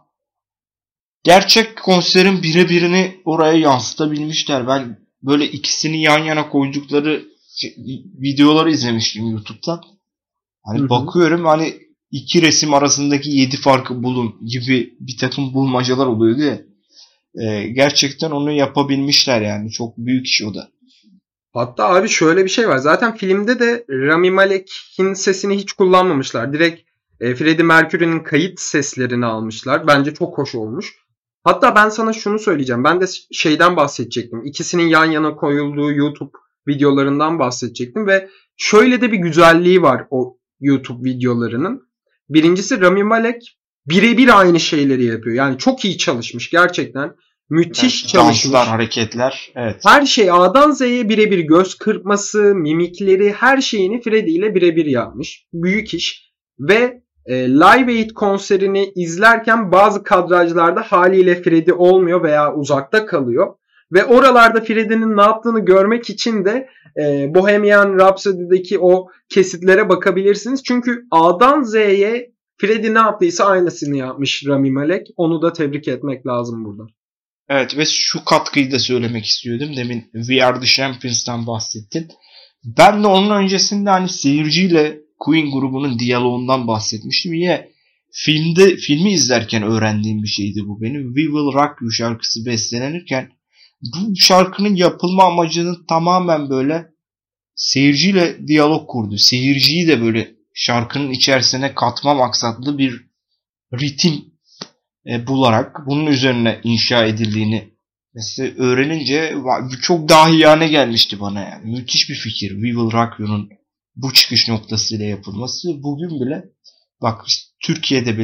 gerçek konserin birebirini oraya yansıtabilmişler. Ben böyle ikisini yan yana koydukları videoları izlemiştim YouTube'dan. Hani hı hı. Bakıyorum hani iki resim arasındaki yedi farkı bulun gibi bir takım bulmacalar oluyordu ya. Ee, gerçekten onu yapabilmişler yani. Çok büyük iş o da. Hatta abi şöyle bir şey var. Zaten filmde de Rami Malek'in sesini hiç kullanmamışlar. Direkt e, Freddie Mercury'nin kayıt seslerini almışlar. Bence çok hoş olmuş. Hatta ben sana şunu söyleyeceğim. Ben de şeyden bahsedecektim. İkisinin yan yana koyulduğu YouTube videolarından bahsedecektim ve şöyle de bir güzelliği var o YouTube videolarının. Birincisi Rami Malek birebir aynı şeyleri yapıyor. Yani çok iyi çalışmış gerçekten. Müthiş evet, çalışmış. Danslar, hareketler. Evet. Her şey A'dan Z'ye birebir, göz kırpması, mimikleri, her şeyini Freddie ile birebir yapmış. Büyük iş. Ve e, Live Aid konserini izlerken bazı kadrajlarda haliyle Freddie olmuyor veya uzakta kalıyor. Ve oralarda Freddie'nin ne yaptığını görmek için de e, Bohemian Rhapsody'deki o kesitlere bakabilirsiniz. Çünkü A'dan Z'ye Freddie ne yaptıysa aynısını yapmış Rami Malek. Onu da tebrik etmek lazım burada. Evet ve şu katkıyı da söylemek istiyordum. Demin We Are The Champions'tan bahsettin. Ben de onun öncesinde hani seyirciyle Queen grubunun diyaloğundan bahsetmiştim. Yine filmde filmi izlerken öğrendiğim bir şeydi bu benim. We Will Rock You şarkısı bestelenirken bu şarkının yapılma amacının tamamen böyle seyirciyle diyalog kurdu. Seyirciyi de böyle şarkının içerisine katma maksatlı bir ritim e, bularak bunun üzerine inşa edildiğini mesela öğrenince çok dahiyane gelmişti bana yani. Müthiş bir fikir. We Will Rock You'nun bu çıkış noktasıyla yapılması. Bugün bile bak Türkiye'de bile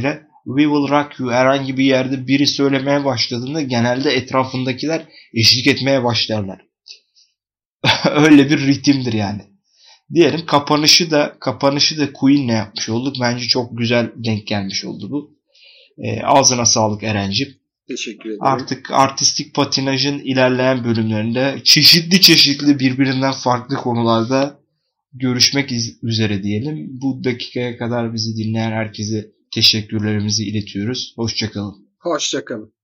We Will Rock You herhangi bir yerde biri söylemeye başladığında genelde etrafındakiler eşlik etmeye başlarlar. Öyle bir ritimdir yani. Diyelim kapanışı da kapanışı da Queen'le yapmış olduk. Bence çok güzel denk gelmiş oldu bu. E, ağzına sağlık Eren'cim. Teşekkür ederim. Artık artistik patinajın ilerleyen bölümlerinde çeşitli çeşitli birbirinden farklı konularda görüşmek üzere diyelim. Bu dakikaya kadar bizi dinleyen herkese teşekkürlerimizi iletiyoruz. Hoşça kalın. Hoşça kalın.